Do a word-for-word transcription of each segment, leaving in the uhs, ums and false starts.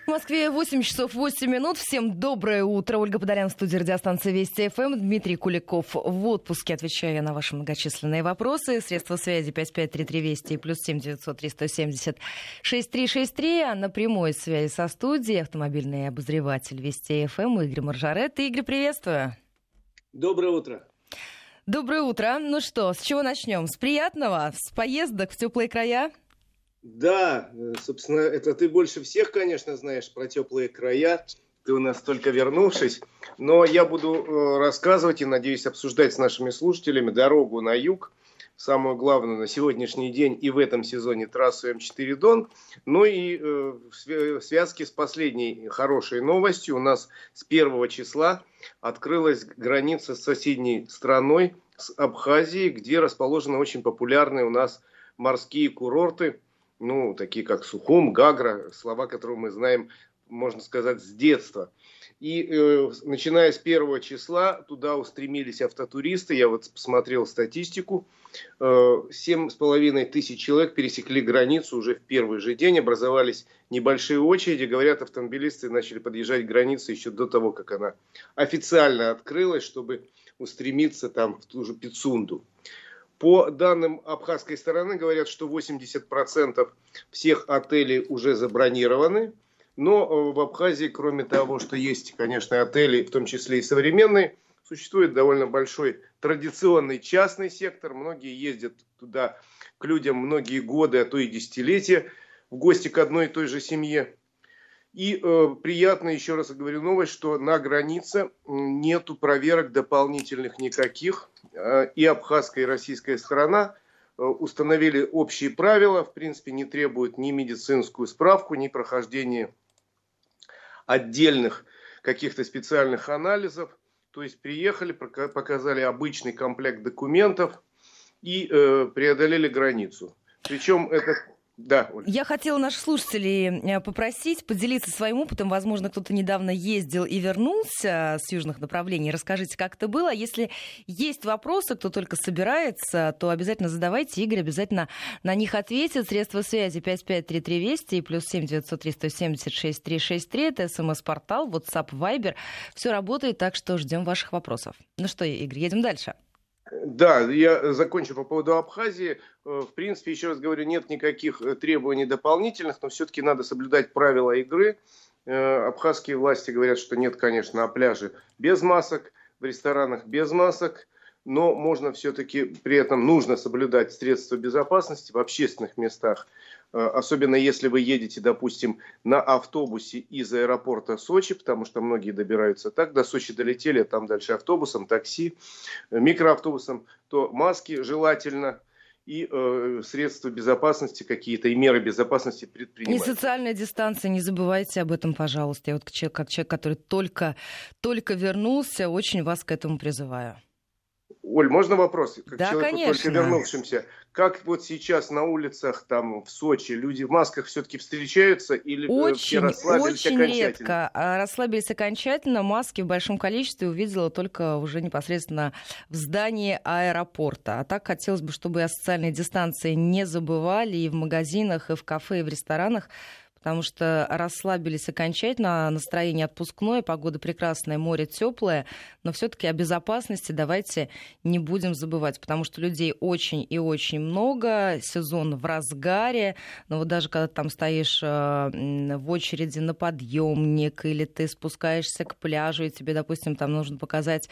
В Москве восемь часов восемь минут. Всем доброе утро. Ольга Подолян в студии радиостанции Вести ФМ. Дмитрий Куликов в отпуске. Отвечаю я на ваши многочисленные вопросы. Средства связи пять пять три три Вести и плюс семь девятьсот три сто семьдесят шесть три шесть три. А на прямой связи со студией автомобильный обозреватель Вести ФМ Игорь Маржарет. Игорь, приветствую. Доброе утро. Доброе утро. Ну что, с чего начнем? С приятного? С поездок в теплые края? Да, собственно, это ты больше всех, конечно, знаешь про теплые края. Ты у нас только вернувшись. Но я буду э, рассказывать и, надеюсь, обсуждать с нашими слушателями дорогу на юг. Самую главную на сегодняшний день и в этом сезоне трассу эм четыре Дон. Ну и э, в связке с последней хорошей новостью у нас с первого числа открылась граница с соседней страной, с Абхазией, где расположены очень популярные у нас морские курорты. Ну, такие как Сухум, Гагра, слова, которые мы знаем, можно сказать, с детства. И э, начиная с первого числа туда устремились автотуристы. Я вот посмотрел статистику. Семь с половиной тысяч человек пересекли границу уже в первый же день. Образовались небольшие очереди. Говорят, автомобилисты начали подъезжать к границе еще до того, как она официально открылась, чтобы устремиться там в ту же Пицунду. По данным абхазской стороны, говорят, что восемьдесят процентов всех отелей уже забронированы. Но в Абхазии, кроме того, что есть, конечно, отели, в том числе и современные, существует довольно большой традиционный частный сектор. Многие ездят туда к людям многие годы, а то и десятилетия, в гости к одной и той же семье. И э, приятно, еще раз говорю, новость, что на границе нету проверок дополнительных никаких. Э, и абхазская, и российская сторона э, установили общие правила. В принципе, не требуют ни медицинскую справку, ни прохождения отдельных каких-то специальных анализов. То есть приехали, показали обычный комплект документов и э, преодолели границу. Причем это... Да, Оль. Я хотела наших слушателей попросить поделиться своим опытом. Возможно, кто-то недавно ездил и вернулся с южных направлений. Расскажите, как это было. Если есть вопросы, кто только собирается, то обязательно задавайте. Игорь обязательно на них ответит. Средства связи пять пять три три Вести и плюс семь девятьсот три сто семьдесят шесть три шесть три. Это смс-портал, WhatsApp, Viber. Все работает, так что ждем ваших вопросов. Ну что, Игорь, едем дальше. Да, я закончу по поводу Абхазии. В принципе, еще раз говорю, нет никаких требований дополнительных, но все-таки надо соблюдать правила игры. Абхазские власти говорят, что нет, конечно, на пляже без масок, в ресторанах без масок, но можно все-таки, при этом нужно соблюдать средства безопасности в общественных местах. Особенно если вы едете, допустим, на автобусе из аэропорта Сочи, потому что многие добираются так, до Сочи долетели, а там дальше автобусом, такси, микроавтобусом, то маски желательно и э, средства безопасности какие-то, и меры безопасности предпринимать. И социальная дистанция, не забывайте об этом, пожалуйста. Я вот как человек, как человек который только, только вернулся, очень вас к этому призываю. Оль, можно вопрос? Как да, человеку, конечно. только вернувшимся. Как вот сейчас на улицах там в Сочи люди в масках все-таки встречаются или очень, все расслабились очень окончательно? редко расслабились окончательно. Маски в большом количестве увидела только уже непосредственно в здании аэропорта. А так хотелось бы, чтобы о социальной дистанции не забывали и в магазинах, и в кафе, и в ресторанах. Потому что расслабились окончательно, настроение отпускное, погода прекрасная, море теплое, но все-таки о безопасности давайте не будем забывать, потому что людей очень и очень много, сезон в разгаре, но вот даже когда ты там стоишь в очереди на подъемник или ты спускаешься к пляжу, и тебе, допустим, там нужно показать,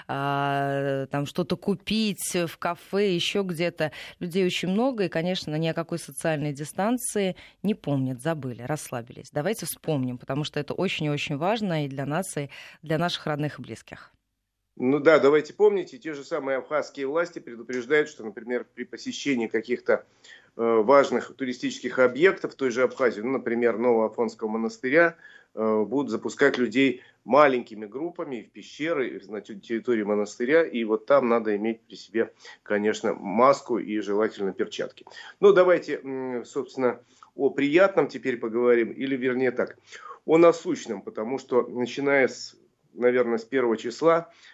там что-то купить в кафе, еще где-то, людей очень много, и, конечно, ни о какой социальной дистанции не помнят, забыли. Расслабились. Давайте вспомним, потому что это очень и очень важно и для нас, и для наших родных и близких. Ну да, давайте помните, те же самые абхазские власти предупреждают, что, например, при посещении каких-то э, важных туристических объектов в той же Абхазии, ну, например, Новоафонского монастыря, э, будут запускать людей маленькими группами в пещеры на территории монастыря, и вот там надо иметь при себе, конечно, маску и желательно перчатки. Ну, давайте, собственно, о приятном теперь поговорим, или вернее так, о насущном, потому что начиная с, наверное, с первого числа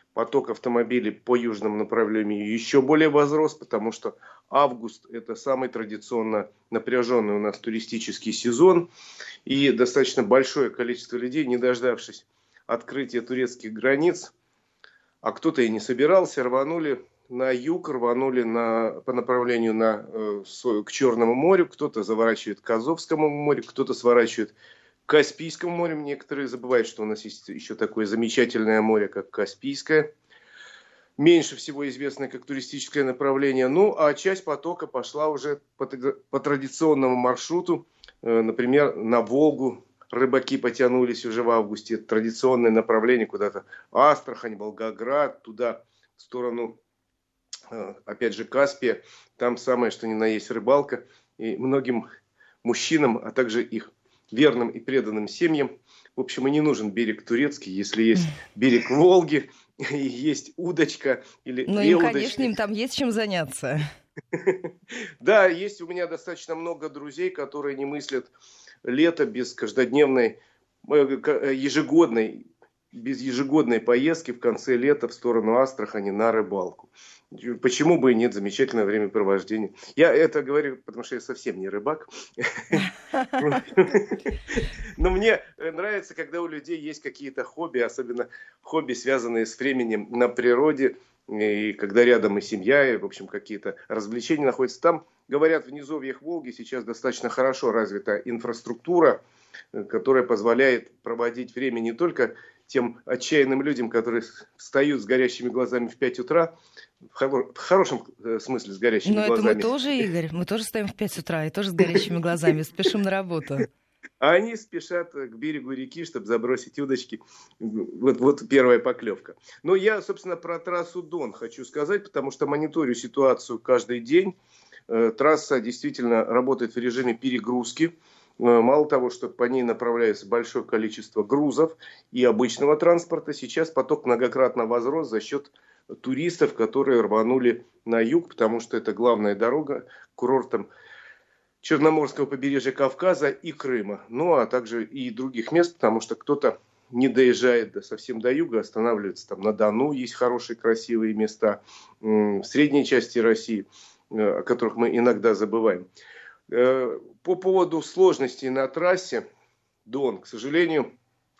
поток автомобилей по южному направлению еще более возрос, потому что август – это самый традиционно напряженный у нас туристический сезон. И достаточно большое количество людей, не дождавшись открытия турецких границ, а кто-то и не собирался, рванули на юг, рванули на, по направлению на, э, к Черному морю, кто-то заворачивает к Азовскому морю, кто-то сворачивает к Каспийскому морю. Некоторые забывают, что у нас есть еще такое замечательное море, как Каспийское. Меньше всего известное как туристическое направление. Ну, а часть потока пошла уже по, по традиционному маршруту. Э, например, на Волгу рыбаки потянулись уже в августе. Это традиционное направление куда-то. Астрахань, Волгоград, туда, в сторону, э, опять же, Каспия. Там самое, что ни на есть рыбалка. И многим мужчинам, а также их верным и преданным семьям, в общем, и не нужен берег турецкий, если есть берег Волги, и есть удочка или ну, две им, удочки. конечно, им там есть чем заняться. Да, есть у меня достаточно много друзей, которые не мыслят лето без каждодневной, ежегодной, без ежегодной поездки в конце лета в сторону Астрахани на рыбалку. Почему бы и нет, замечательное времяпровождение. Я это говорю, потому что я совсем не рыбак. Но мне нравится, когда у людей есть какие-то хобби, особенно хобби, связанные с временем на природе, и когда рядом и семья, и, в общем, какие-то развлечения находятся. Там, говорят, в низовьях Волги сейчас достаточно хорошо развита инфраструктура, которая позволяет проводить время не только тем отчаянным людям, которые встают с горящими глазами в пять утра, в, хоро- в хорошем смысле с горящими Но глазами. это мы тоже, Игорь, мы тоже встаем в пять утра и тоже с горящими глазами, спешим на работу. А они спешат к берегу реки, чтобы забросить удочки. Вот, вот первая поклевка. Но я, собственно, про трассу Дон хочу сказать, потому что мониторю ситуацию каждый день. Трасса действительно работает в режиме перегрузки. Мало того, что по ней направляется большое количество грузов и обычного транспорта, сейчас поток многократно возрос за счет туристов, которые рванули на юг, потому что это главная дорога к курортам Черноморского побережья Кавказа и Крыма. Ну, а также и других мест, потому что кто-то не доезжает до, совсем до юга, останавливается там на Дону, есть хорошие красивые места, в средней части России, о которых мы иногда забываем. По поводу сложностей на трассе Дон, к сожалению,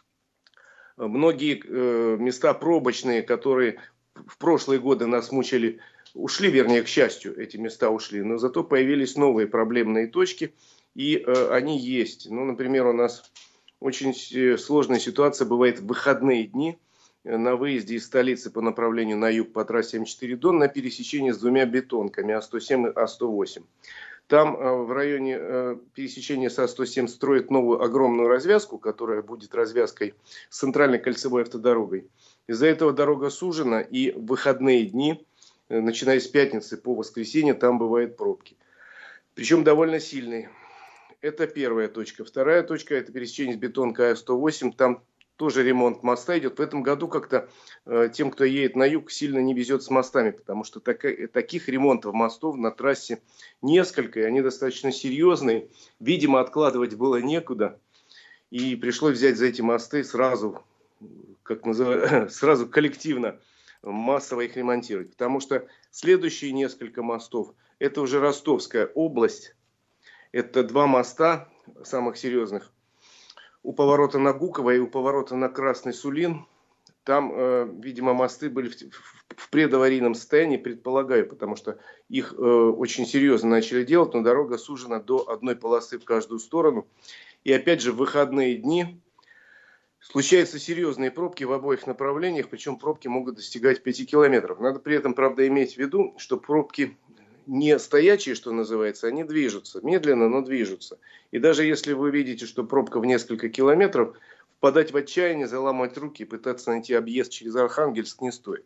многие места пробочные, которые в прошлые годы нас мучили, ушли, вернее, к счастью, эти места ушли, но зато появились новые проблемные точки, и они есть. Ну, например, у нас очень сложная ситуация бывает в выходные дни на выезде из столицы по направлению на юг по трассе М четыре Дон на пересечении с двумя бетонками А сто семь и А сто восемь. Там в районе пересечения с А сто семь строят новую огромную развязку, которая будет развязкой с центральной кольцевой автодорогой. Из-за этого дорога сужена, и в выходные дни, начиная с пятницы по воскресенье, там бывают пробки. Причем довольно сильные. Это первая точка. Вторая точка – это пересечение с бетонкой А сто восемь. Там тоже ремонт моста идет. В этом году как-то э, тем, кто едет на юг, сильно не везет с мостами, потому что так, таких ремонтов мостов на трассе несколько, и они достаточно серьезные. Видимо, откладывать было некуда, и пришлось взять за эти мосты сразу, как называют, сразу коллективно, массово их ремонтировать. Потому что следующие несколько мостов – это уже Ростовская область. Это два моста самых серьезных. У поворота на Гуково и у поворота на Красный Сулин. Там, э, видимо, мосты были в, в, в предаварийном состоянии, предполагаю, потому что их э, очень серьезно начали делать, но дорога сужена до одной полосы в каждую сторону. И опять же, в выходные дни случаются серьезные пробки в обоих направлениях, причем пробки могут достигать пяти километров. Надо при этом, правда, иметь в виду, что пробки не стоячие, что называется, они движутся, медленно, но движутся. И даже если вы видите, что пробка в несколько километров, впадать в отчаяние, заламывать руки и пытаться найти объезд через Архангельск не стоит.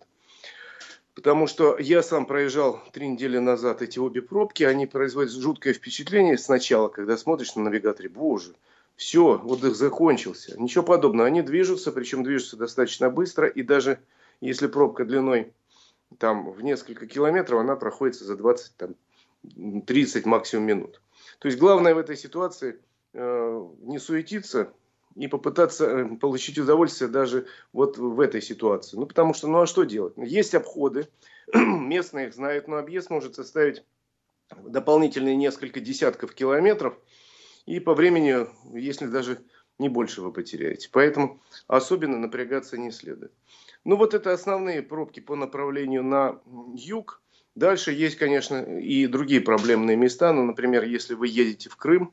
Потому что я сам проезжал три недели назад эти обе пробки, они производят жуткое впечатление сначала, когда смотришь на навигаторе, боже, все, отдых закончился. Ничего подобного, они движутся, причем движутся достаточно быстро, и даже если пробка длиной там в несколько километров, она проходится за двадцать-тридцать максимум минут. То есть главное в этой ситуации э, не суетиться, и попытаться получить удовольствие даже вот в этой ситуации. Ну, потому что, ну а что делать? Есть обходы, местные их знают, но объезд может составить дополнительные несколько десятков километров, и по времени, если даже не больше, вы потеряете. Поэтому особенно напрягаться не следует. Ну, вот это основные пробки по направлению на юг. Дальше есть, конечно, и другие проблемные места. Ну, например, если вы едете в Крым,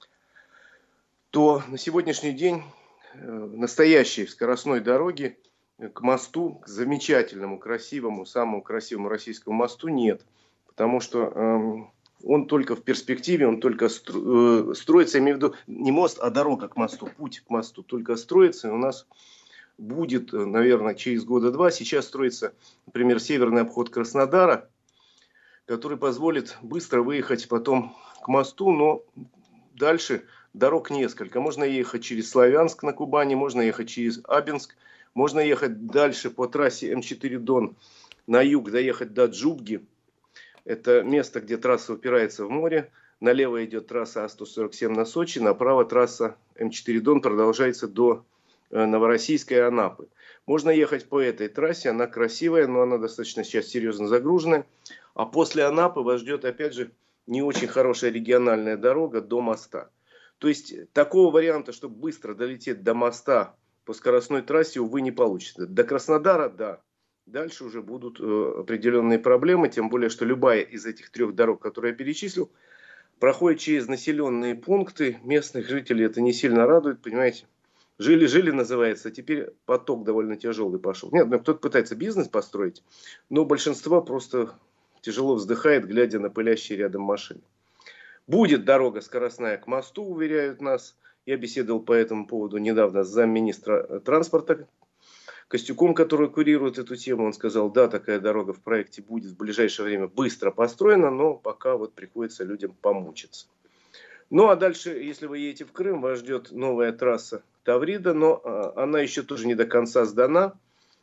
то на сегодняшний день настоящей скоростной дороги к мосту, к замечательному, красивому, самому красивому российскому мосту нет. Потому что э, он только в перспективе, он только стро, э, строится, я имею в виду не мост, а дорога к мосту, путь к мосту только строится. И у нас будет, наверное, через года два. Сейчас строится, например, северный обход Краснодара, который позволит быстро выехать потом к мосту, но дальше дорог несколько. Можно ехать через Славянск на Кубани, можно ехать через Абинск, можно ехать дальше по трассе эм четыре Дон на юг, доехать до Джубги. Это место, где трасса упирается в море. Налево идет трасса А сто сорок семь на Сочи, направо трасса эм четыре Дон продолжается до Новороссийска и Анапы. Можно ехать по этой трассе, она красивая, но она достаточно сейчас серьезно загруженная. А после Анапы вас ждет, опять же, не очень хорошая региональная дорога до моста. То есть, такого варианта, чтобы быстро долететь до моста по скоростной трассе, увы, не получится. До Краснодара, да. Дальше уже будут э, определенные проблемы, тем более, что любая из этих трех дорог, которые я перечислил, проходит через населенные пункты. Местных жителей это не сильно радует, понимаете. Жили-жили называется, а теперь поток довольно тяжелый пошел. Нет, ну, кто-то пытается бизнес построить, но большинство просто тяжело вздыхает, глядя на пылящие рядом машины. Будет дорога скоростная к мосту, уверяют нас. Я беседовал по этому поводу недавно с замминистра транспорта Костюком, который курирует эту тему. Он сказал, да, такая дорога в проекте будет в ближайшее время быстро построена, но пока вот приходится людям помучиться. Ну а дальше, если вы едете в Крым, вас ждет новая трасса Таврида, но она еще тоже не до конца сдана.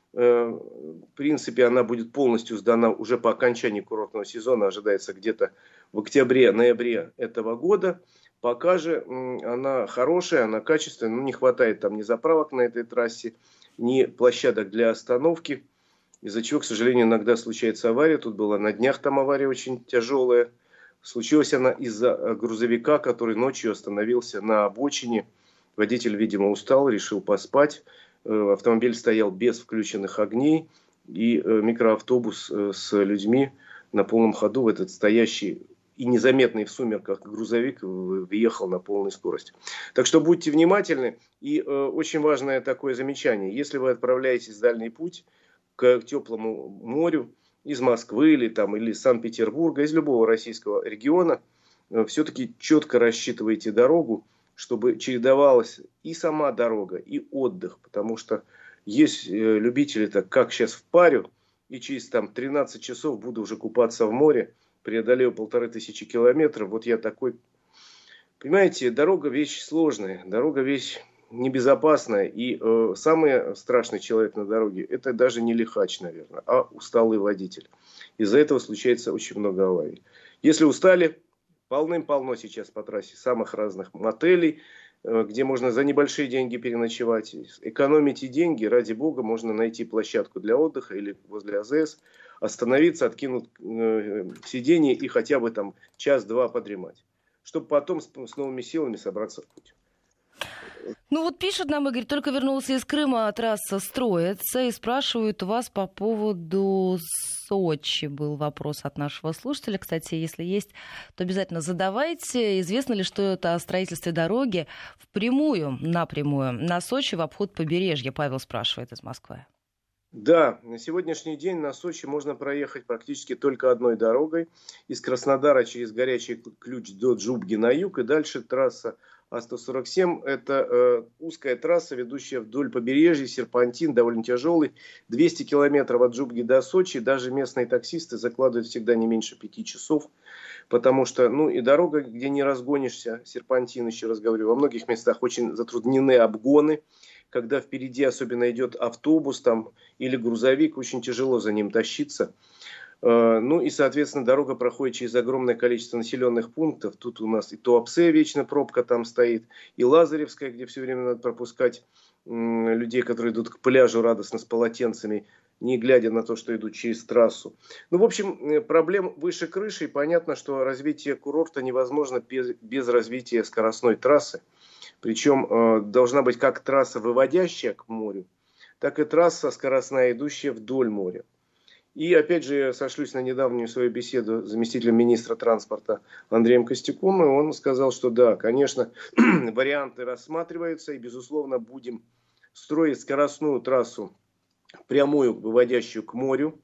В принципе, она будет полностью сдана уже по окончании курортного сезона, ожидается где-то в октябре-ноябре этого года. Пока же она хорошая, она качественная, но не хватает там ни заправок на этой трассе, ни площадок для остановки, из-за чего, к сожалению, иногда случается авария. Тут была на днях там авария очень тяжелая. Случилась она из-за грузовика, который ночью остановился на обочине. Водитель, видимо, устал, решил поспать. Автомобиль стоял без включенных огней. И микроавтобус с людьми на полном ходу в этот стоящий и незаметный в сумерках грузовик въехал на полной скорости. Так что будьте внимательны. И очень важное такое замечание. Если вы отправляетесь в дальний путь к теплому морю, из Москвы или, там, или из Санкт-Петербурга, из любого российского региона, все-таки четко рассчитывайте дорогу, чтобы чередовалась и сама дорога, и отдых. Потому что есть любители, так как сейчас в парю, и через там, тринадцать часов буду уже купаться в море, преодолел полторы тысячи километров. Вот я такой... Понимаете, дорога вещь сложная, дорога вещь небезопасная. И э, самый страшный человек на дороге, это даже не лихач, наверное, а усталый водитель. Из-за этого случается очень много аварий. Если устали, полным-полно сейчас по трассе самых разных мотелей, э, где можно за небольшие деньги переночевать. Экономите деньги, ради бога, можно найти площадку для отдыха или возле АЗС, остановиться, откинуть э, сиденье и хотя бы там час-два подремать, чтобы потом с, с новыми силами собраться в путь. Ну вот пишет нам Игорь, только вернулся из Крыма, трасса строится, и спрашивают у вас по поводу Сочи. Был вопрос от нашего слушателя. Кстати, если есть, то обязательно задавайте. Известно ли что-то о строительстве дороги впрямую, напрямую, на Сочи в обход побережья? Павел спрашивает из Москвы. Да, на сегодняшний день на Сочи можно проехать практически только одной дорогой. Из Краснодара через Горячий Ключ до Джубги на юг, и дальше трасса А сто сорок семь. Это э, узкая трасса, ведущая вдоль побережья, серпантин, довольно тяжелый. двести километров от Джубги до Сочи. Даже местные таксисты закладывают всегда не меньше пяти часов. Потому что, ну и дорога, где не разгонишься, серпантин, еще раз говорю, во многих местах очень затруднены обгоны. Когда впереди особенно идет автобус там, или грузовик, очень тяжело за ним тащиться. Ну и, соответственно, дорога проходит через огромное количество населенных пунктов. Тут у нас и Туапсе, вечная пробка там стоит, и Лазаревская, где все время надо пропускать людей, которые идут к пляжу радостно с полотенцами, не глядя на то, что идут через трассу. Ну, в общем, проблем выше крыши. И понятно, что развитие курорта невозможно без, без развития скоростной трассы. Причем должна быть как трасса, выводящая к морю, так и трасса скоростная, идущая вдоль моря. И опять же я сошлюсь на недавнюю свою беседу с заместителем министра транспорта Андреем Костюком, и он сказал, что да, конечно, варианты рассматриваются, и безусловно будем строить скоростную трассу, прямую, выводящую к морю.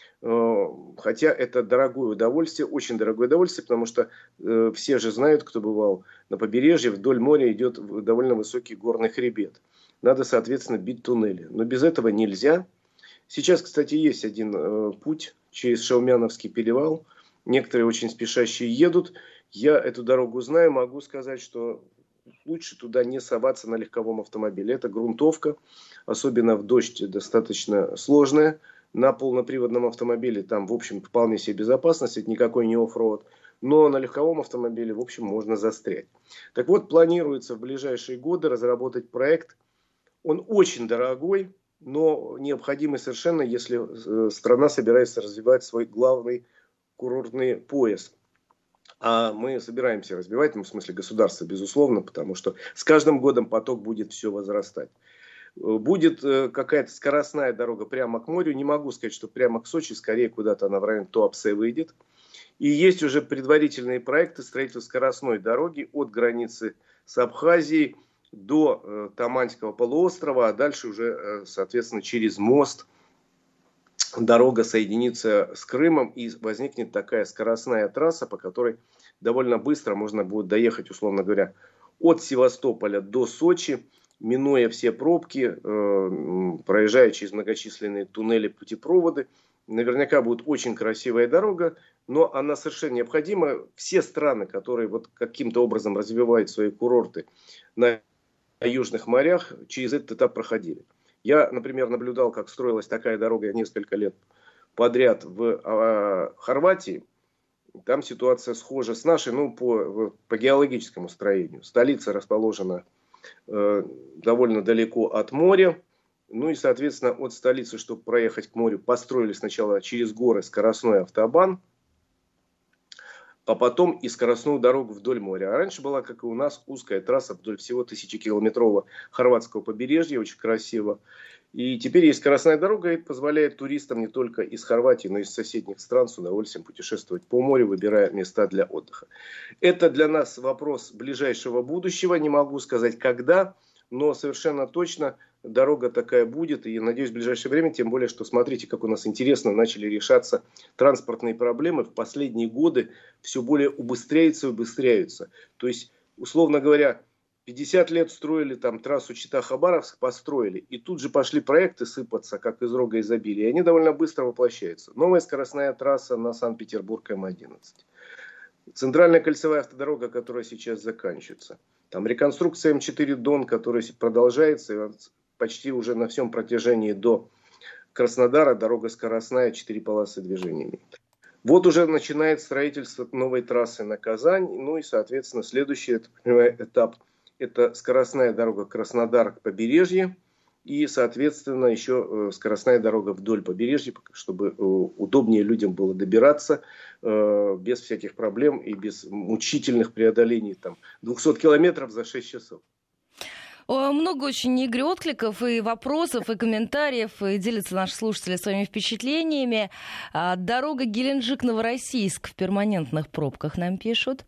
Хотя это дорогое удовольствие, очень дорогое удовольствие, потому что э, все же знают, кто бывал на побережье, вдоль моря идет довольно высокий горный хребет. Надо, соответственно, бить туннели. Но без этого нельзя. Сейчас, кстати, есть один э, путь через Шаумяновский перевал. Некоторые очень спешащие едут. Я эту дорогу знаю, могу сказать, что лучше туда не соваться на легковом автомобиле. Это грунтовка, особенно в дождь, достаточно сложная. На полноприводном автомобиле там, в общем, вполне себе безопасность, это никакой не оффроуд. Но на легковом автомобиле, в общем, можно застрять. Так вот, планируется в ближайшие годы разработать проект. Он очень дорогой, но необходимый совершенно, если страна собирается развивать свой главный курортный пояс. А мы собираемся развивать, ну, в смысле государства, безусловно, потому что с каждым годом поток будет все возрастать. Будет какая-то скоростная дорога прямо к морю. Не могу сказать, что прямо к Сочи, скорее куда-то она в район Туапсе выйдет. И есть уже предварительные проекты строительства скоростной дороги от границы с Абхазией до э, Таманского полуострова, а дальше уже, э, соответственно, через мост дорога соединится с Крымом, и возникнет такая скоростная трасса, по которой довольно быстро можно будет доехать, условно говоря, от Севастополя до Сочи, минуя все пробки, э, проезжая через многочисленные туннели, путепроводы. Наверняка будет очень красивая дорога, но она совершенно необходима. Все страны, которые вот каким-то образом развивают свои курорты на южных морях, через этот этап проходили. Я, например, наблюдал, как строилась такая дорога несколько лет подряд в э, Хорватии. Там ситуация схожа с нашей, ну, по, по геологическому строению. Столица расположена довольно далеко от моря. Ну и, соответственно, от столицы, чтобы проехать к морю, построили сначала через горы скоростной автобан, а потом и скоростную дорогу вдоль моря. А раньше была, как и у нас, узкая трасса вдоль всего тысячекилометрового хорватского побережья, очень красиво. И теперь есть скоростная дорога, и это позволяет туристам не только из Хорватии, но и из соседних стран с удовольствием путешествовать по морю, выбирая места для отдыха. Это для нас вопрос ближайшего будущего. Не могу сказать когда, но совершенно точно дорога такая будет. И надеюсь, в ближайшее время, тем более, что смотрите, как у нас интересно начали решаться транспортные проблемы. В последние годы все более убыстряются и убыстряются. То есть, условно говоря, пятьдесят лет строили там трассу Чита-Хабаровск, построили. И тут же пошли проекты сыпаться, как из рога изобилия. И они довольно быстро воплощаются. Новая скоростная трасса на Санкт-Петербург Эм одиннадцать. Центральная кольцевая автодорога, которая сейчас заканчивается. Там реконструкция Эм четыре Дон, которая продолжается. И почти уже на всем протяжении до Краснодара дорога скоростная, четыре полосы движения. Вот уже начинает строительство новой трассы на Казань. Ну и, соответственно, следующий этап – это скоростная дорога Краснодар к побережью. И, соответственно, еще скоростная дорога вдоль побережья, чтобы удобнее людям было добираться без всяких проблем и без мучительных преодолений там, двухсот километров за шесть часов. Много очень, Игорь, откликов и вопросов, и комментариев, и делятся наши слушатели своими впечатлениями. Дорога Геленджик-Новороссийск в перманентных пробках, нам пишут.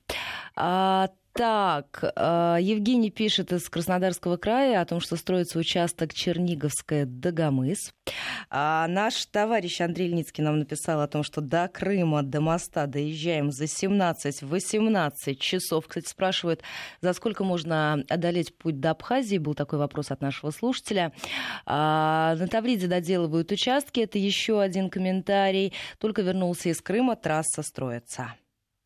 Так, Евгений пишет из Краснодарского края о том, что строится участок Черниговская-Дагомыс. А наш товарищ Андрей Леницкий нам написал о том, что до Крыма, до моста доезжаем за семнадцать-восемнадцать часов. Кстати, спрашивают, за сколько можно одолеть путь до Абхазии. Был такой вопрос от нашего слушателя. А, на Тавриде доделывают участки. Это еще один комментарий. Только вернулся из Крыма, трасса строится.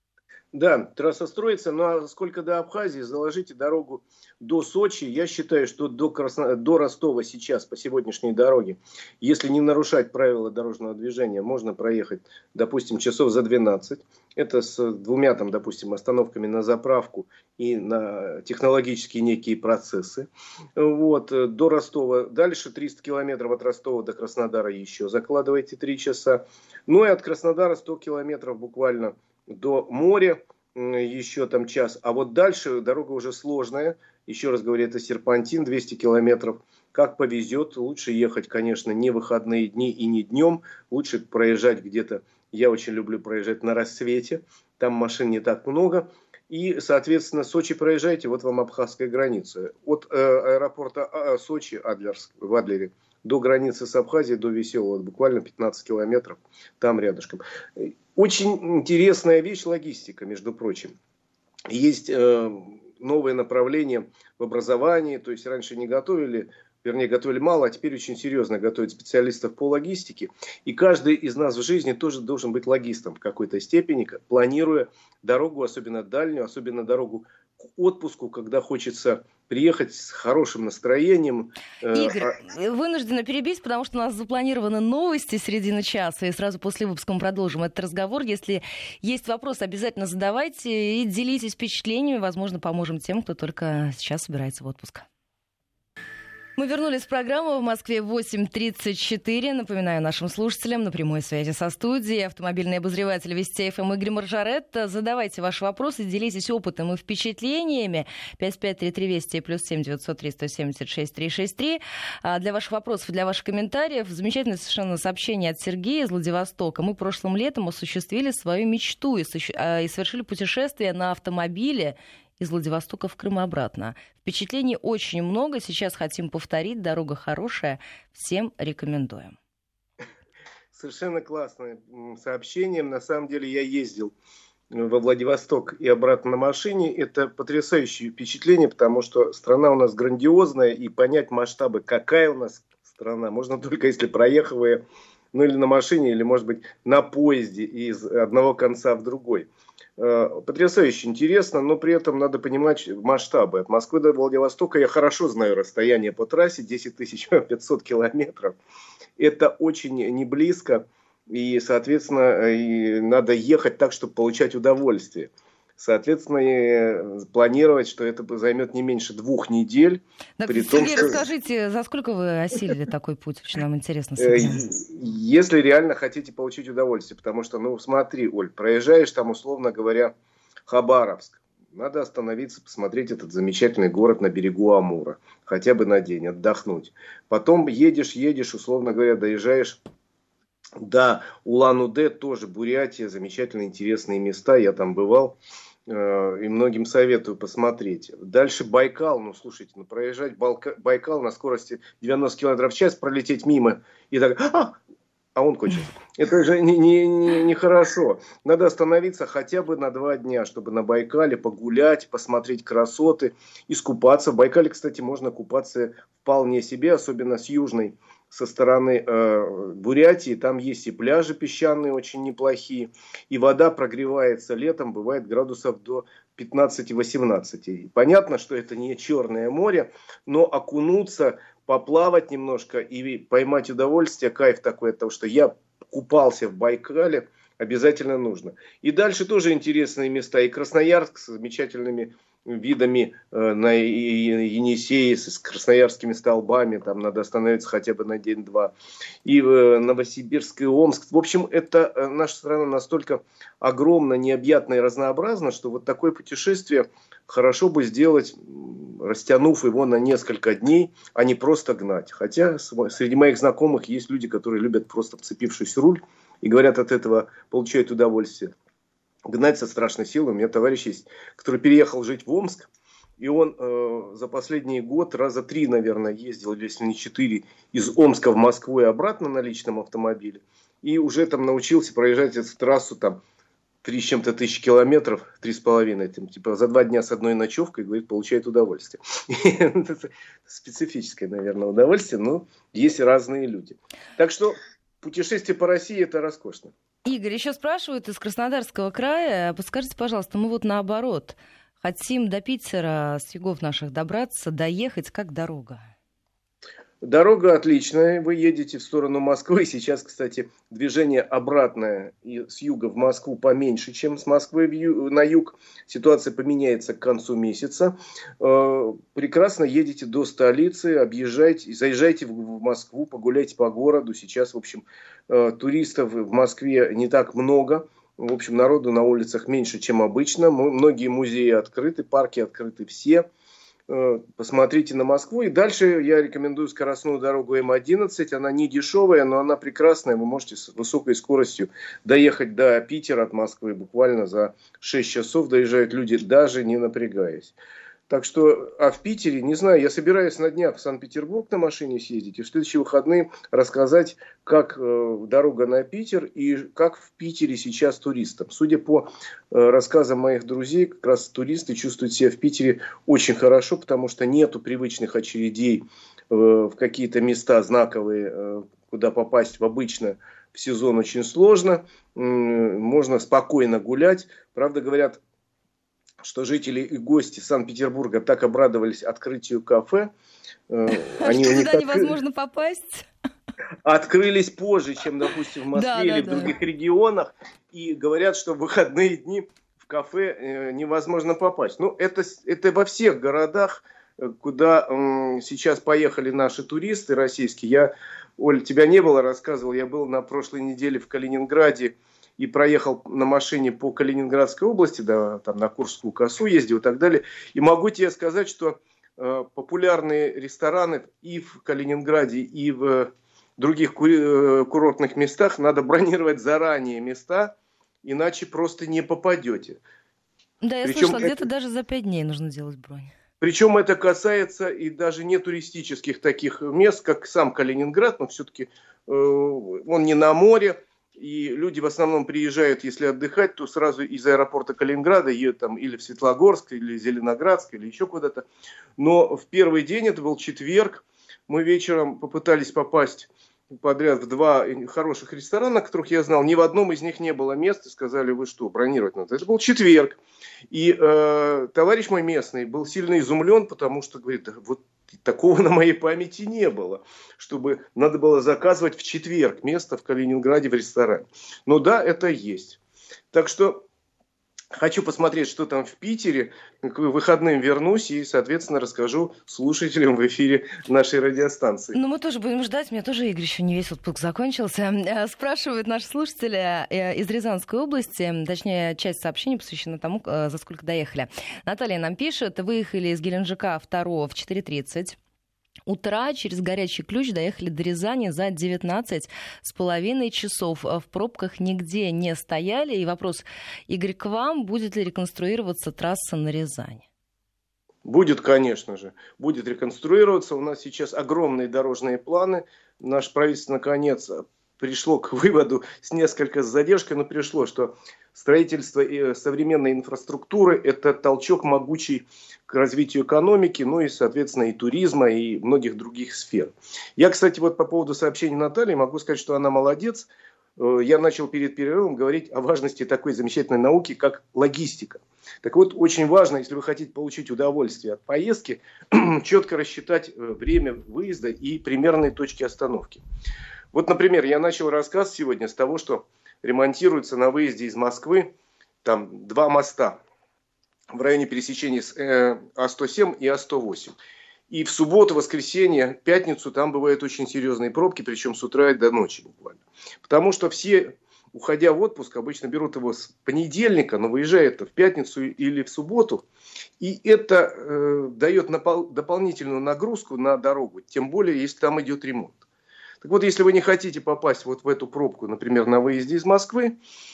Да, трасса строится, ну а сколько до Абхазии, заложите дорогу до Сочи. Я считаю, что до, Красно... до Ростова сейчас по сегодняшней дороге, если не нарушать правила дорожного движения, можно проехать, допустим, часов за двенадцать. Это с двумя, там, допустим, остановками на заправку и на технологические некие процессы. Вот, до Ростова. Дальше триста километров от Ростова до Краснодара еще закладывайте три часа. Ну и от Краснодара сто километров буквально до моря, еще там час. А вот дальше дорога уже сложная. Еще раз говорю, это серпантин, двести километров. Как повезет, лучше ехать, конечно, не в выходные дни и не днем. Лучше проезжать где-то, я очень люблю проезжать на рассвете. Там машин не так много. И, соответственно, Сочи проезжайте, вот вам абхазская граница. От э, аэропорта э, Сочи, Адлерск, в Адлере, до границы с Абхазией, до Веселого, буквально пятнадцать километров, там рядышком. Очень интересная вещь — логистика, между прочим. Есть э, новые направления в образовании, то есть раньше не готовили, вернее готовили мало, а теперь очень серьезно готовят специалистов по логистике. И каждый из нас в жизни тоже должен быть логистом в какой-то степени, планируя дорогу, особенно дальнюю, особенно дорогу к отпуску, когда хочется приехать с хорошим настроением. Игорь, вынуждена перебить, потому что у нас запланированы новости середины часа, и сразу после выпуска мы продолжим этот разговор. Если есть вопросы, обязательно задавайте и делитесь впечатлениями. Возможно, поможем тем, кто только сейчас собирается в отпуск. Мы вернулись в программу. В Москве восемь тридцать четыре. Напоминаю нашим слушателям, на прямой связи со студией автомобильный обозреватель Вести ФМ Игорь Маржарет. Задавайте ваши вопросы, делитесь опытом и впечатлениями. пять пять три три Вести плюс семь девятьсот три сто семьдесят шесть триста шестьдесят три. А для ваших вопросов, для ваших комментариев замечательное совершенно сообщение от Сергея из Владивостока. Мы прошлым летом осуществили свою мечту и совершили путешествие на автомобиле из Владивостока в Крым и обратно. Впечатлений очень много. Сейчас хотим повторить. Дорога хорошая. Всем рекомендуем. Совершенно классное сообщение. На самом деле я ездил во Владивосток и обратно на машине. Это потрясающее впечатление, потому что страна у нас грандиозная, и понять масштабы, какая у нас страна, можно только если проехав, ну или на машине, или, может быть, на поезде из одного конца в другой. Потрясающе интересно, но при этом надо понимать масштабы. От Москвы до Владивостока я хорошо знаю расстояние по трассе, десять тысяч пятьсот километров. Это очень не близко, и, соответственно, и надо ехать так, чтобы получать удовольствие. Соответственно, планировать, что это займет не меньше двух недель. Да, при Сергей, том, что... расскажите, за сколько вы осилили такой путь? Очень нам интересно. Если реально хотите получить удовольствие. Потому что, ну смотри, Оль, проезжаешь там, условно говоря, Хабаровск. Надо остановиться, посмотреть этот замечательный город на берегу Амура. Хотя бы на день, отдохнуть. Потом едешь, едешь, условно говоря, доезжаешь... Да, Улан-Удэ, тоже Бурятия, замечательно интересные места, я там бывал, э, и многим советую посмотреть. Дальше Байкал, ну слушайте, ну проезжать Балка, Байкал на скорости девяносто километров в час, пролететь мимо и так, а, а он кончится. Это же не, не, не, не хорошо. Надо остановиться хотя бы на два дня, чтобы на Байкале погулять, посмотреть красоты, искупаться. В Байкале, кстати, можно купаться вполне себе, особенно с южной со стороны э, Бурятии. Там есть и пляжи песчаные очень неплохие. И вода прогревается летом, бывает градусов до пятнадцати-восемнадцати. Понятно, что это не Черное море, но окунуться, поплавать немножко и поймать удовольствие, кайф такой от того, что я купался в Байкале, обязательно нужно. И дальше тоже интересные места. И Красноярск с замечательными видами э, на Енисее, с красноярскими столбами, там надо остановиться хотя бы на день-два. И э, Новосибирск и Омск. В общем, это э, наша страна настолько огромна, необъятна и разнообразна, что вот такое путешествие хорошо бы сделать, растянув его на несколько дней, а не просто гнать. Хотя среди моих знакомых есть люди, которые любят просто вцепившись в руль и говорят, от этого получают удовольствие. Гнать со страшной силой. У меня товарищ есть, который переехал жить в Омск. И он э, за последний год раза три, наверное, ездил, если не четыре, из Омска в Москву и обратно на личном автомобиле. И уже там научился проезжать эту трассу там три с чем-то тысячи километров, три с половиной. Типа за два дня с одной ночевкой, говорит, получает удовольствие. Это специфическое, наверное, удовольствие, но есть разные люди. Так что путешествие по России — это роскошно. Игорь, еще спрашивают из Краснодарского края. Подскажите, пожалуйста, мы вот наоборот хотим до Питера с югов наших добраться, доехать, как дорога? Дорога отличная, вы едете в сторону Москвы. Сейчас, кстати, движение обратное и с юга в Москву поменьше, чем с Москвы в ю... на юг. Ситуация поменяется к концу месяца. Прекрасно едете до столицы, объезжайте, заезжайте в Москву, погуляйте по городу. Сейчас, в общем, туристов в Москве не так много. В общем, народу на улицах меньше, чем обычно. Многие музеи открыты, парки открыты все. Посмотрите на Москву. И дальше я рекомендую скоростную дорогу Эм одиннадцать. Она не дешевая, но она прекрасная. Вы можете с высокой скоростью доехать до Питера от Москвы. Буквально за шесть часов доезжают люди, даже не напрягаясь. Так что, а в Питере, не знаю, я собираюсь на днях в Санкт-Петербург на машине съездить и в следующие выходные рассказать, как э, дорога на Питер и как в Питере сейчас туристам. Судя по э, рассказам моих друзей, как раз туристы чувствуют себя в Питере очень хорошо, потому что нету привычных очередей э, в какие-то места знаковые, э, куда попасть в обычно в сезон очень сложно. Э, можно спокойно гулять. Правда, говорят, что жители и гости Санкт-Петербурга так обрадовались открытию кафе. Они что туда невозможно попасть? Открылись позже, чем, допустим, в Москве да, или да, в других да. регионах. И говорят, что в выходные дни в кафе невозможно попасть. Ну, это, это во всех городах, куда сейчас поехали наши туристы российские. Я, Оль, тебя не было, рассказывал, я был на прошлой неделе в Калининграде и проехал на машине по Калининградской области, да, там на Курскую косу ездил и так далее. И могу тебе сказать, что э, популярные рестораны и в Калининграде, и в других ку- курортных местах надо бронировать заранее места, иначе просто не попадете. Да, я Причем слышала, это... где-то даже за пять дней нужно делать бронь. Причем это касается и даже не туристических таких мест, как сам Калининград, но все-таки э, он не на море. И люди в основном приезжают, если отдыхать, то сразу из аэропорта Калининграда едут там или в Светлогорск, или Зеленоградск, или еще куда-то. Но в первый день, это был четверг, мы вечером попытались попасть подряд в два хороших ресторана, которых я знал. Ни в одном из них не было места. Сказали, вы что, бронировать надо? Это был четверг. И э, товарищ мой местный был сильно изумлен, потому что, говорит, да, вот такого на моей памяти не было, чтобы надо было заказывать в четверг место в Калининграде в ресторане. Но да, это есть. Так что хочу посмотреть, что там в Питере. К выходным вернусь и, соответственно, расскажу слушателям в эфире нашей радиостанции. Ну, мы тоже будем ждать. У меня тоже, Игорь, еще не весь отпуск закончился. Спрашивают наши слушатели из Рязанской области, точнее, часть сообщений посвящена тому, за сколько доехали. Наталья нам пишет, выехали из Геленджика второго в четыре тридцать. Утра через горячий ключ доехали до Рязани за девятнадцать с половиной часов. В пробках нигде не стояли. И вопрос, Игорь, к вам, будет ли реконструироваться трасса на Рязани? Будет, конечно же. Будет реконструироваться. У нас сейчас огромные дорожные планы. Наше правительство, наконец, пришло к выводу с несколько задержкой, но пришло, что строительство современной инфраструктуры – это толчок могучий к развитию экономики, ну и, соответственно, и туризма, и многих других сфер. Я, кстати, вот по поводу сообщения Натальи могу сказать, что она молодец. Я начал перед перерывом говорить о важности такой замечательной науки, как логистика. Так вот, очень важно, если вы хотите получить удовольствие от поездки, четко рассчитать время выезда и примерные точки остановки. Вот, например, я начал рассказ сегодня с того, что ремонтируются на выезде из Москвы там два моста в районе пересечения с э, А сто семь и А сто восемь. И в субботу, воскресенье, пятницу там бывают очень серьезные пробки, причем с утра и до ночи буквально. Потому что все, уходя в отпуск, обычно берут его с понедельника, но выезжают в пятницу или в субботу. И это э, дает напол- дополнительную нагрузку на дорогу, тем более, если там идет ремонт. Так вот, если вы не хотите попасть вот в эту пробку, например, на выезде из Москвы,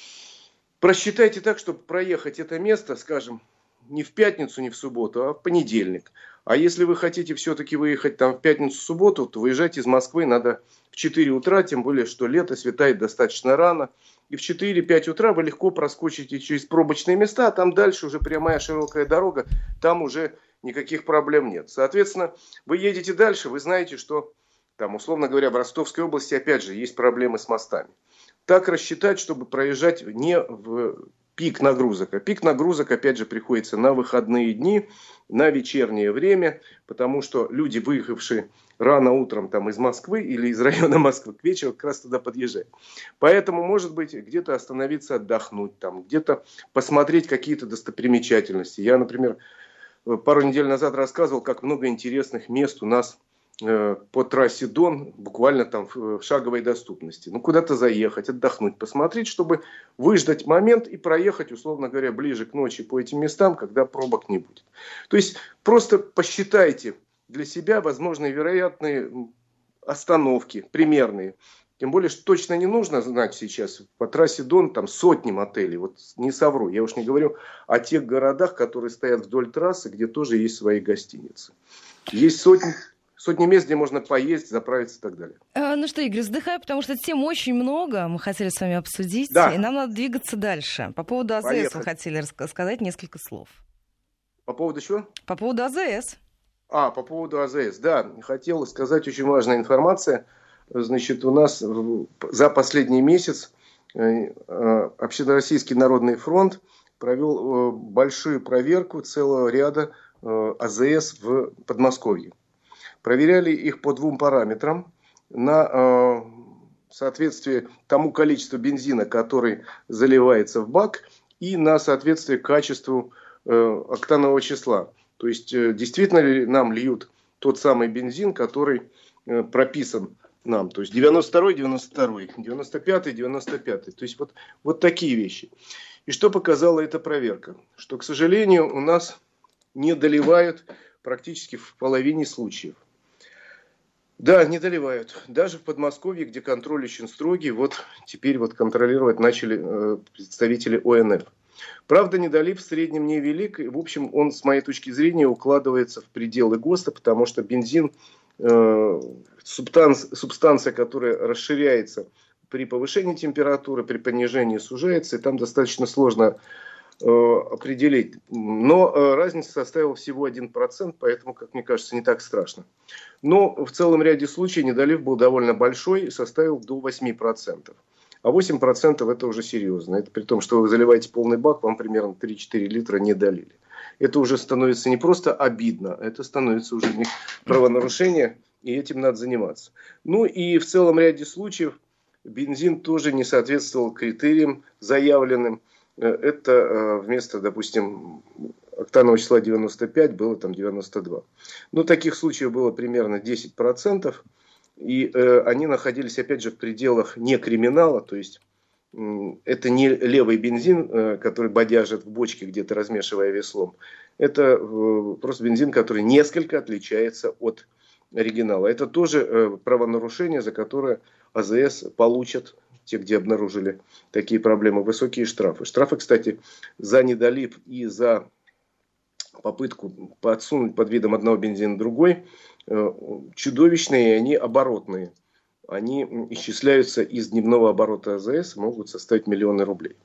просчитайте так, чтобы проехать это место, скажем, не в пятницу, не в субботу, а в понедельник. А если вы хотите все-таки выехать там в пятницу-субботу, то выезжать из Москвы надо в четыре утра, тем более, что лето, светает достаточно рано. И в четыре-пять утра вы легко проскочите через пробочные места, а там дальше уже прямая широкая дорога, там уже никаких проблем нет. Соответственно, вы едете дальше, вы знаете, что там, условно говоря, в Ростовской области, опять же, есть проблемы с мостами. так рассчитать, чтобы проезжать не в пик нагрузок. А пик нагрузок, опять же, приходится на выходные дни, на вечернее время, потому что люди, выехавшие рано утром там, из Москвы или из района Москвы, к вечеру как раз туда подъезжают. Поэтому, может быть, где-то остановиться, отдохнуть, там, где-то посмотреть какие-то достопримечательности. Я, например, пару недель назад рассказывал, как много интересных мест у нас по трассе Дон, буквально там в шаговой доступности. Ну, куда-то заехать, отдохнуть, посмотреть, чтобы выждать момент и проехать, условно говоря, ближе к ночи по этим местам, когда пробок не будет. То есть, просто посчитайте для себя возможные вероятные остановки, примерные. Тем более, что точно не нужно знать сейчас, по трассе Дон там сотни мотелей, вот не совру. Я уж не говорю о тех городах, которые стоят вдоль трассы, где тоже есть свои гостиницы. Есть сотни... Сотни мест, где можно поесть, заправиться и так далее. А, ну что, Игорь, вздыхай, потому что тем очень много мы хотели с вами обсудить, да. И нам надо двигаться дальше. По поводу АЗС Поехали. Вы хотели рассказать несколько слов. По поводу чего? По поводу АЗС. А, по поводу АЗС, да. Хотел сказать очень важная информация. Значит, у нас за последний месяц Общероссийский народный фронт провел большую проверку целого ряда АЗС в Подмосковье. Проверяли их по двум параметрам. На э, соответствие тому количеству бензина, который заливается в бак, и на соответствие качеству э, октанового числа. То есть, э, действительно ли нам льют тот самый бензин, который э, прописан нам. То есть, девяносто второй, девяносто второй, девяносто пятый, девяносто пятый. То есть, вот, вот такие вещи. И что показала эта проверка? Что, к сожалению, у нас не доливают практически в половине случаев. Да, не доливают. Даже в Подмосковье, где контроль очень строгий, вот теперь вот контролировать начали э, представители О Н Ф. Правда, недолив в среднем невелик. В общем, он, с моей точки зрения, укладывается в пределы ГОСТа, потому что бензин, э, субстанц, субстанция, которая расширяется при повышении температуры, при понижении сужается, и там достаточно сложно определить. Но разница составила всего один процент, поэтому, как мне кажется, не так страшно. Но в целом ряде случаев недолив был довольно большой и составил до восьми процентов. А восемь процентов это уже серьезно. Это при том, что вы заливаете полный бак, вам примерно три-четыре литра не долили. Это уже становится не просто обидно, это становится уже не правонарушение, и этим надо заниматься. Ну и в целом ряде случаев бензин тоже не соответствовал критериям заявленным. Это вместо, допустим, октанового числа девяносто пять было там девяносто два. Но таких случаев было примерно десять процентов. И э, они находились, опять же, в пределах не криминала. То есть, э, это не левый бензин, э, который бодяжит в бочке, где-то размешивая веслом. Это э, просто бензин, который несколько отличается от оригинала. Это тоже э, правонарушение, за которое А З С получат, те, где обнаружили такие проблемы, высокие штрафы. Штрафы, кстати, за недолив и за попытку подсунуть под видом одного бензина другой, чудовищные, и они оборотные. Они исчисляются из дневного оборота А З С, могут составить миллионы рублей.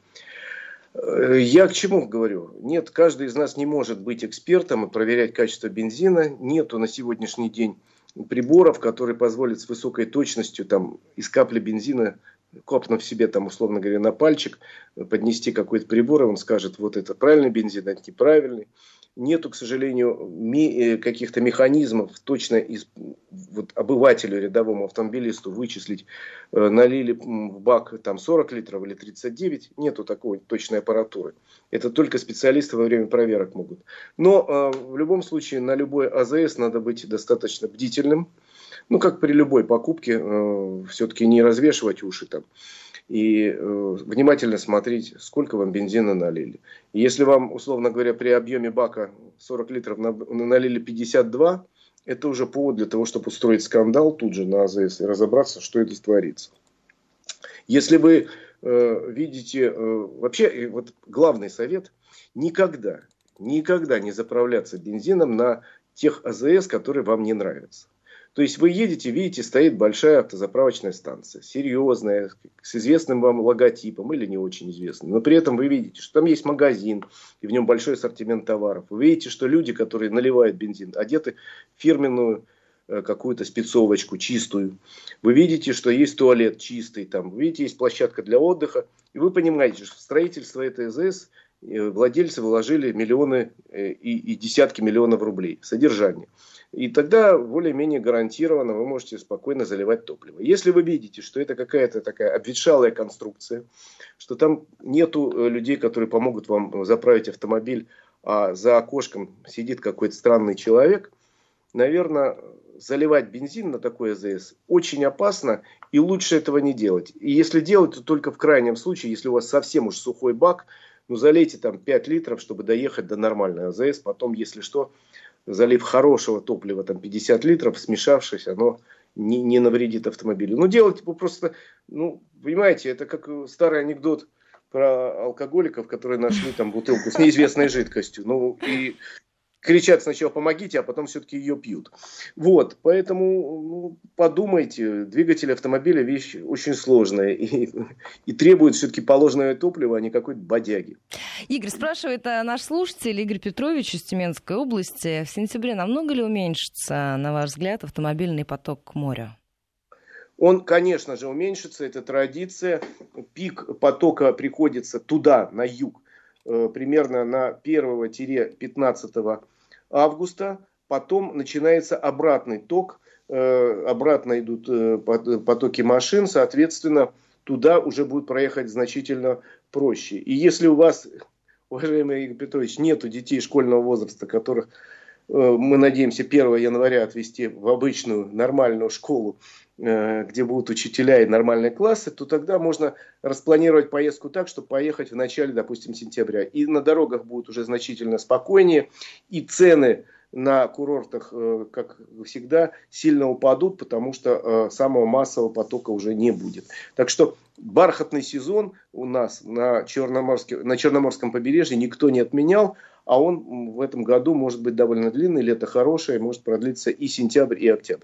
Я к чему говорю? Нет, каждый из нас не может быть экспертом и проверять качество бензина. Нету на сегодняшний день приборов, которые позволят с высокой точностью там, из капли бензина, копнув себе, там, условно говоря, на пальчик, поднести какой-то прибор, и он скажет, вот это правильный бензин, это неправильный. Нету, к сожалению, ми- каких-то механизмов точно из, вот, обывателю, рядовому автомобилисту вычислить, э, налили в бак там, сорок литров или тридцать девять. Нету такой точной аппаратуры. Это только специалисты во время проверок могут. Но э, в любом случае на любой А З С надо быть достаточно бдительным. Ну, как при любой покупке, э, все-таки не развешивать уши там. И э, внимательно смотреть, сколько вам бензина налили. И если вам, условно говоря, при объеме бака сорок литров налили пятьдесят два, это уже повод для того, чтобы устроить скандал тут же на А З С и разобраться, что это творится. Если вы э, видите, э, вообще, вот главный совет, никогда, никогда не заправляться бензином на тех А З С, которые вам не нравятся. То есть вы едете, видите, стоит большая автозаправочная станция, серьезная, с известным вам логотипом или не очень известным. Но при этом вы видите, что там есть магазин, и в нем большой ассортимент товаров. Вы видите, что люди, которые наливают бензин, одеты в фирменную какую-то спецовочку чистую. Вы видите, что есть туалет чистый, там, вы видите, есть площадка для отдыха. И вы понимаете, что в строительство этой АЗС владельцы вложили миллионы и, и десятки миллионов рублей в содержание. И тогда более-менее гарантированно вы можете спокойно заливать топливо. Если вы видите, что это какая-то такая обветшалая конструкция, что там нету людей, которые помогут вам заправить автомобиль, а за окошком сидит какой-то странный человек, наверное, заливать бензин на такой АЗС очень опасно, и лучше этого не делать. И если делать, то только в крайнем случае, если у вас совсем уж сухой бак, ну залейте там пять литров, чтобы доехать до нормальной АЗС, потом, если что, залив хорошего топлива, там пятьдесят литров, смешавшись, оно не, не навредит автомобилю. Ну, делать просто, ну, понимаете, это как старый анекдот про алкоголиков, которые нашли там бутылку с неизвестной жидкостью. Ну, и кричат сначала «помогите», а потом все-таки ее пьют. Вот, поэтому ну, подумайте, двигатель автомобиля вещь очень сложная и, и требует все-таки положенное топливо, а не какой-то бодяги. Игорь, спрашивает наш слушатель Игорь Петрович из Тюменской области. В сентябре намного ли уменьшится, на ваш взгляд, автомобильный поток к морю? Он, конечно же, уменьшится, это традиция. Пик потока приходится туда, на юг, примерно на первого-пятнадцатого августа. Потом начинается обратный ток, обратно идут потоки машин, соответственно, туда уже будет проехать значительно проще. И если у вас, уважаемый Игорь Петрович, нету детей школьного возраста, которых мы надеемся первого января отвезти в обычную нормальную школу, где будут учителя и нормальные классы, то тогда можно распланировать поездку так, чтобы поехать в начале, допустим, сентября. И на дорогах будет уже значительно спокойнее, и цены на курортах, как всегда, сильно упадут, потому что самого массового потока уже не будет. Так что бархатный сезон у нас на Черноморском, на Черноморском побережье никто не отменял, а он в этом году может быть довольно длинный, лето хорошее, может продлиться и сентябрь, и октябрь.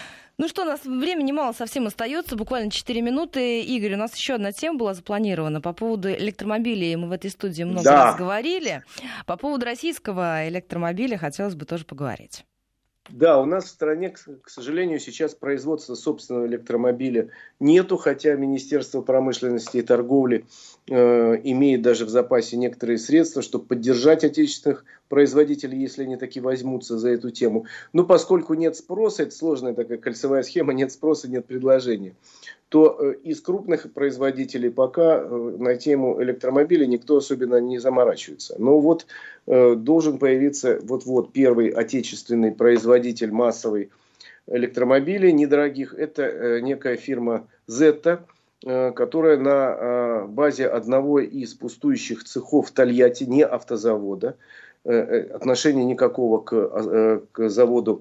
Ну что, у нас времени мало совсем остается, буквально четыре минуты. Игорь, у нас еще одна тема была запланирована по поводу электромобилей. Мы в этой студии много да. раз говорили. По поводу российского электромобиля хотелось бы тоже поговорить. Да, у нас в стране, к сожалению, сейчас производства собственного электромобиля нету, хотя Министерство промышленности и торговли э, имеет даже в запасе некоторые средства, чтобы поддержать отечественных производителей, если они таки возьмутся за эту тему. Но поскольку нет спроса, это сложная такая кольцевая схема, нет спроса, нет предложения, то э, из крупных производителей пока э, на тему электромобиля никто особенно не заморачивается. Но вот э, должен появиться вот-вот первый отечественный производитель массовый электромобилей недорогих. Это э, некая фирма Zeta, э, которая на э, базе одного из пустующих цехов в Тольятти, не автозавода, э, отношения никакого к, э, к заводу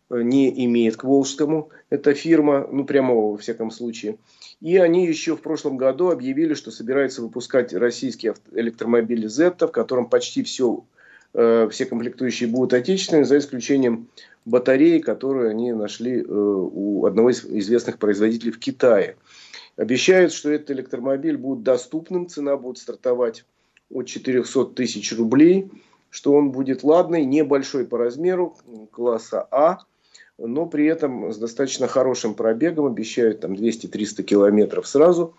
не имеет, к Волжскому. Эта фирма, ну прямого во всяком случае. И они еще в прошлом году объявили, что собираются выпускать российский электромобиль Zeta, в котором почти все, э, все комплектующие будут отечественные, за исключением батареи, которые они нашли э, у одного из известных производителей в Китае. Обещают, что этот электромобиль будет доступным, цена будет стартовать от четырехсот тысяч рублей, что он будет ладный, небольшой по размеру, класса А, но при этом с достаточно хорошим пробегом, обещают там двести-триста километров сразу.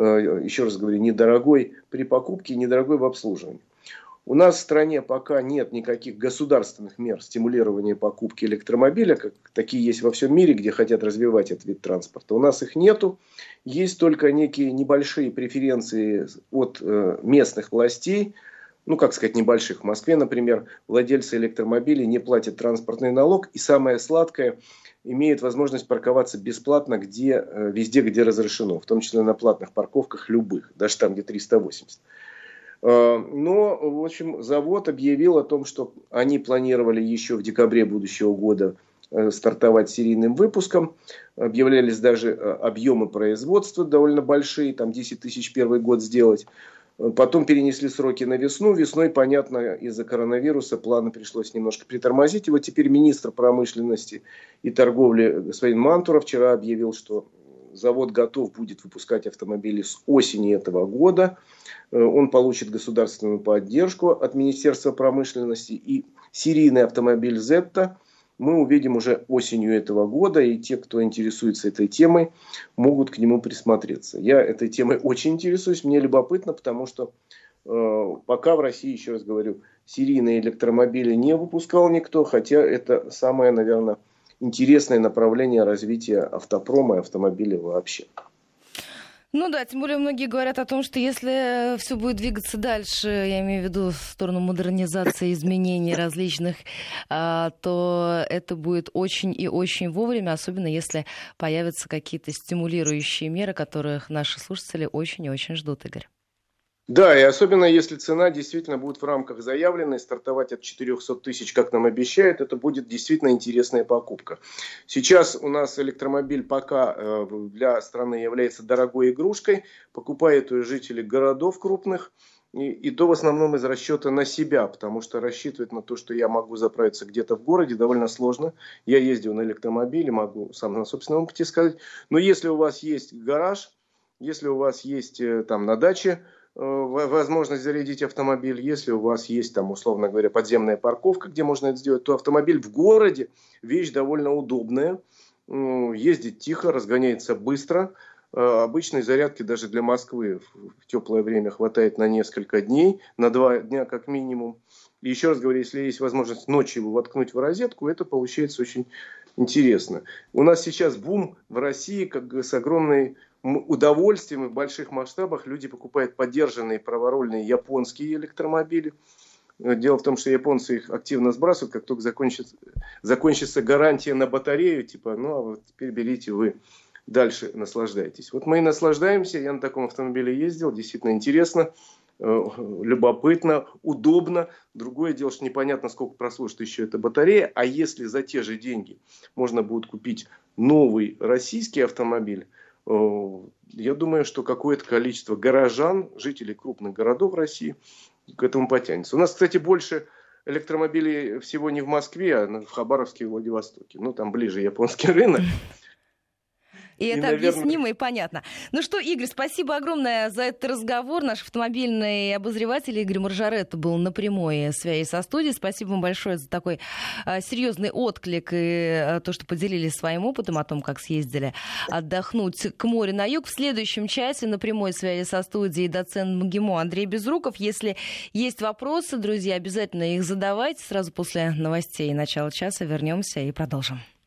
Еще раз говорю, недорогой при покупке, недорогой в обслуживании. У нас в стране пока нет никаких государственных мер стимулирования покупки электромобиля, как такие есть во всем мире, где хотят развивать этот вид транспорта. У нас их нету. Есть только некие небольшие преференции от местных властей. Ну, как сказать, небольших. В Москве, например, владельцы электромобилей не платят транспортный налог. И самое сладкое, имеют возможность парковаться бесплатно где, везде, где разрешено. В том числе на платных парковках любых. Даже там, где триста восемьдесят. Но, в общем, завод объявил о том, что они планировали еще в декабре будущего года стартовать серийным выпуском. Объявлялись даже объемы производства довольно большие. Там десять тысяч первый год сделать. Потом перенесли сроки на весну. Весной, понятно, из-за коронавируса планы пришлось немножко притормозить. И вот теперь министр промышленности и торговли господин Мантуров вчера объявил, что завод готов будет выпускать автомобили с осени этого года. Он получит государственную поддержку от Министерства промышленности. И серийный автомобиль Zeta мы увидим уже осенью этого года, и те, кто интересуется этой темой, могут к нему присмотреться. Я этой темой очень интересуюсь, мне любопытно, потому что э, пока в России, еще раз говорю, серийные электромобили не выпускал никто, хотя это самое, наверное, интересное направление развития автопрома и автомобиля вообще. Ну да, тем более многие говорят о том, что если все будет двигаться дальше, я имею в виду в сторону модернизации, изменений различных, то это будет очень и очень вовремя, особенно если появятся какие-то стимулирующие меры, которых наши слушатели очень и очень ждут, Игорь. Да, и особенно если цена действительно будет в рамках заявленной, стартовать от четырехсот тысяч, как нам обещают, это будет действительно интересная покупка. Сейчас у нас электромобиль пока для страны является дорогой игрушкой, покупают ее жители городов крупных, и, и то в основном из расчета на себя, потому что рассчитывать на то, что я могу заправиться где-то в городе, довольно сложно. Я ездил на электромобиле, могу сам на собственном опыте сказать, но если у вас есть гараж, если у вас есть там на даче возможность зарядить автомобиль, если у вас есть там, условно говоря, подземная парковка, где можно это сделать, то автомобиль в городе вещь довольно удобная, ездит тихо, разгоняется быстро. Обычной зарядки даже для Москвы в теплое время хватает на несколько дней, на два дня как минимум. И еще раз говорю, если есть возможность ночью его воткнуть в розетку, это получается очень интересно. У нас сейчас бум в России, как с огромной удовольствием и в больших масштабах люди покупают подержанные праворульные японские электромобили. Дело в том, что японцы их активно сбрасывают, как только закончится, закончится гарантия на батарею, типа, ну а вот теперь берите вы, дальше наслаждайтесь. Вот мы и наслаждаемся, я на таком автомобиле ездил, действительно интересно, любопытно, удобно. Другое дело, что непонятно, сколько прослужит еще эта батарея, а если за те же деньги можно будет купить новый российский автомобиль, я думаю, что какое-то количество горожан, жителей крупных городов России к этому потянется. У нас, кстати, больше электромобилей всего не в Москве, а в Хабаровске и Владивостоке. Ну, там ближе японский рынок. И, и это наверное... объяснимо и понятно. Ну что, Игорь, спасибо огромное за этот разговор. Наш автомобильный обозреватель Игорь Маржаретто был на прямой связи со студией. Спасибо вам большое за такой а, серьезный отклик и а, то, что поделились своим опытом о том, как съездили отдохнуть к морю на юг. В следующем часе на прямой связи со студией доцент МГИМО Андрей Безруков. Если есть вопросы, друзья, обязательно их задавайте. Сразу после новостей и начала часа вернемся и продолжим.